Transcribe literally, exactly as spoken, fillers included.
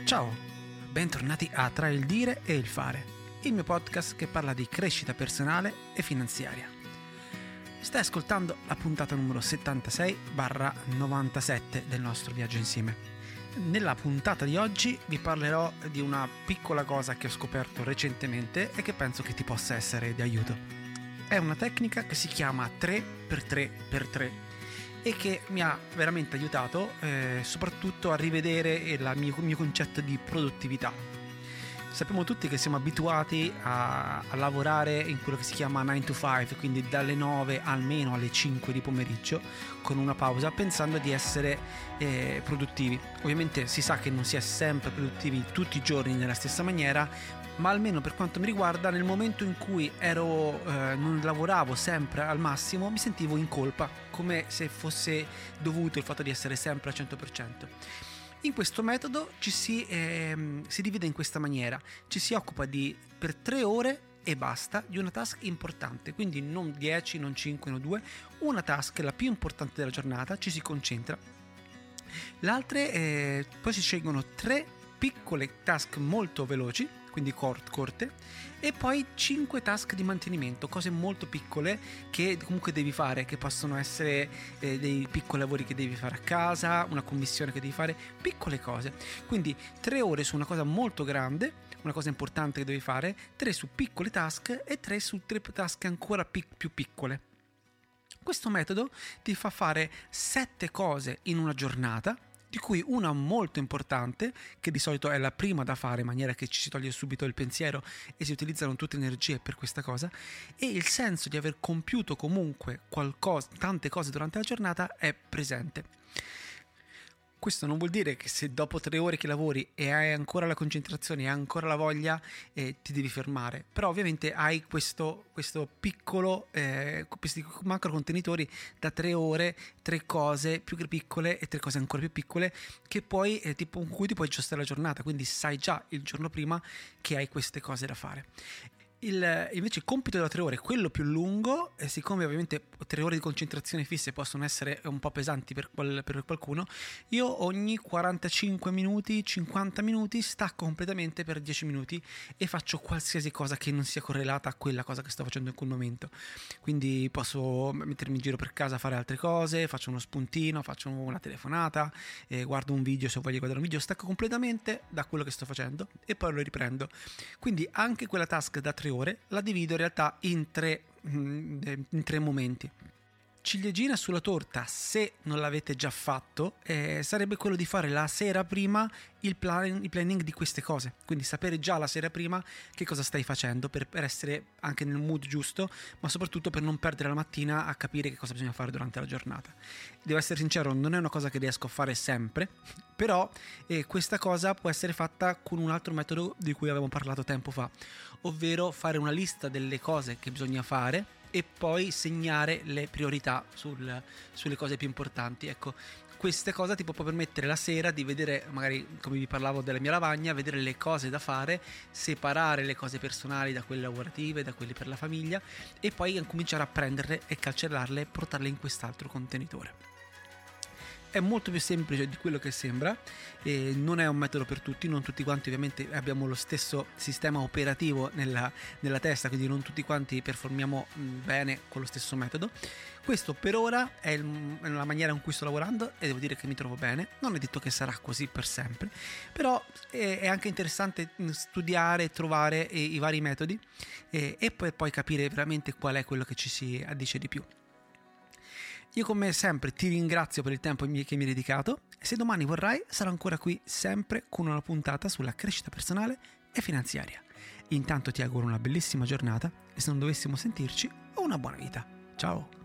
Ciao, bentornati a Tra il dire e il fare, il mio podcast che parla di crescita personale e finanziaria. Stai ascoltando la puntata numero settantasei novantasette del nostro viaggio insieme. Nella puntata di oggi vi parlerò di una piccola cosa che ho scoperto recentemente e che penso che ti possa essere di aiuto. È una tecnica che si chiama tre per tre per tre e che mi ha veramente aiutato eh, soprattutto a rivedere il mio, mio concetto di produttività. Sappiamo tutti che siamo abituati a, a lavorare in quello che si chiama nine to five, quindi dalle nove almeno alle cinque di pomeriggio con una pausa, pensando di essere eh, produttivi. Ovviamente si sa che non si è sempre produttivi tutti i giorni nella stessa maniera, ma almeno per quanto mi riguarda, nel momento in cui ero eh, non lavoravo sempre al massimo, mi sentivo in colpa, come se fosse dovuto il fatto di essere sempre al cento per cento. In questo metodo ci si, eh, si divide in questa maniera: ci si occupa di per tre ore e basta di una task importante, quindi non dieci, non cinque, non due, una task la più importante della giornata, ci si concentra. Le altre eh, poi si scelgono tre piccole task molto veloci, quindi corte, e poi cinque task di mantenimento, cose molto piccole che comunque devi fare, che possono essere eh, dei piccoli lavori che devi fare a casa, una commissione che devi fare, piccole cose. Quindi tre ore su una cosa molto grande, una cosa importante che devi fare, tre su piccole task e tre su tre task ancora pic- più piccole. Questo metodo ti fa fare sette cose in una giornata, di cui una molto importante, che di solito è la prima da fare, in maniera che ci si toglie subito il pensiero e si utilizzano tutte le energie per questa cosa, e il senso di aver compiuto comunque qualcosa, tante cose durante la giornata è presente. Questo non vuol dire che se dopo tre ore che lavori e hai ancora la concentrazione e hai ancora la voglia eh, ti devi fermare, però ovviamente hai questo, questo piccolo, eh, questi macro contenitori da tre ore, tre cose più piccole e tre cose ancora più piccole che poi eh, tipo, con cui ti puoi aggiustare la giornata, quindi sai già il giorno prima che hai queste cose da fare. Il, invece il compito della tre ore è quello più lungo, e siccome ovviamente tre ore di concentrazione fisse possono essere un po' pesanti per, qual, per qualcuno, io ogni quarantacinque minuti, cinquanta minuti stacco completamente per dieci minuti e faccio qualsiasi cosa che non sia correlata a quella cosa che sto facendo in quel momento. Quindi posso mettermi in giro per casa, fare altre cose, faccio uno spuntino, faccio una telefonata, eh, guardo un video se voglio guardare un video, stacco completamente da quello che sto facendo e poi lo riprendo. Quindi anche quella task da tre ore la divido in realtà in tre, in tre momenti. Ciliegina sulla torta, se non l'avete già fatto, eh, sarebbe quello di fare la sera prima il, plan, il planning di queste cose, quindi sapere già la sera prima che cosa stai facendo per, per essere anche nel mood giusto, ma soprattutto per non perdere la mattina a capire che cosa bisogna fare durante la giornata. Devo essere sincero, non è una cosa che riesco a fare sempre, però eh, questa cosa può essere fatta con un altro metodo di cui avevamo parlato tempo fa, ovvero fare una lista delle cose che bisogna fare e poi segnare le priorità sul, sulle cose più importanti. Ecco, queste cose ti può permettere la sera di vedere, magari come vi parlavo della mia lavagna, vedere le cose da fare, separare le cose personali da quelle lavorative, da quelle per la famiglia, e poi cominciare a prenderle e cancellarle e portarle in quest'altro contenitore. È molto più semplice di quello che sembra, e non è un metodo per tutti, non tutti quanti ovviamente abbiamo lo stesso sistema operativo nella, nella testa, quindi non tutti quanti performiamo bene con lo stesso metodo. Questo per ora è, il, è la maniera in cui sto lavorando e devo dire che mi trovo bene. Non è detto che sarà così per sempre, però è, è anche interessante studiare e trovare i, i vari metodi e, e poi, poi capire veramente qual è quello che ci si addice di più. Io come sempre ti ringrazio per il tempo che mi hai dedicato e se domani vorrai sarò ancora qui sempre con una puntata sulla crescita personale e finanziaria. Intanto ti auguro una bellissima giornata e se non dovessimo sentirci, una buona vita. Ciao!